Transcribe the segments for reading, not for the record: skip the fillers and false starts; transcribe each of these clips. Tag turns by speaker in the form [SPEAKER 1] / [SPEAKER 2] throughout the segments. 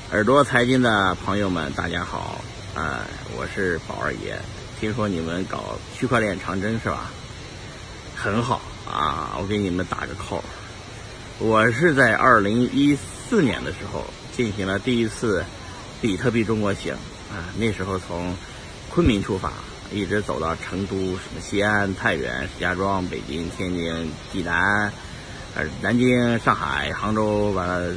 [SPEAKER 1] 耳朵财经的朋友们，大家好，我是宝二爷。听说你们搞区块链长征是吧？很好啊，我给你们打个 call。我是在2014年的时候进行了第一次比特币中国行啊，那时候从昆明出发，一直走到成都、什么西安、太原、石家庄、北京、天津、济南、南京、上海、杭州，完了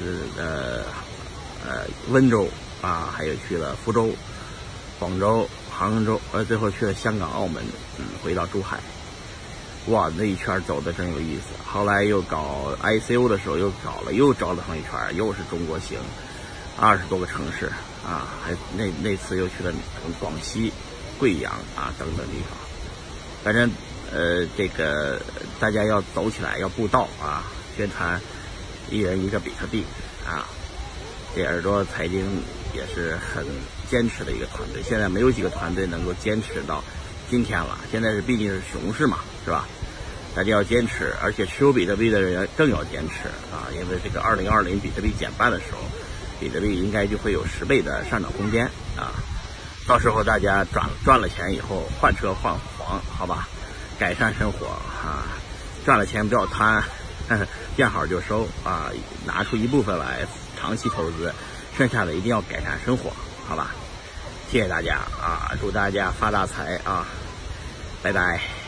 [SPEAKER 1] 温州啊，还有去了福州、广州、杭州，最后去了香港、澳门，回到珠海。哇，那一圈走的真有意思。后来又搞 ICO 的时候又折腾一圈，又是中国行，20多个城市啊，还那次又去了广西、贵阳啊等等地方。反正这个大家要走起来，要布道啊，宣传一人一个比特币啊。这耳朵财经也是很坚持的一个团队，现在没有几个团队能够坚持到今天了。现在毕竟是熊市嘛，是吧？大家要坚持，而且持有比特币的人更要坚持啊！因为这个2020比特币减半的时候，比特币应该就会有10倍的上涨空间啊！到时候大家赚了钱以后换车换房，好吧？改善生活啊！赚了钱不要贪，见好就收啊！拿出一部分来长期投资，剩下的一定要改善生活，好吧？谢谢大家啊！祝大家发大财啊！拜拜。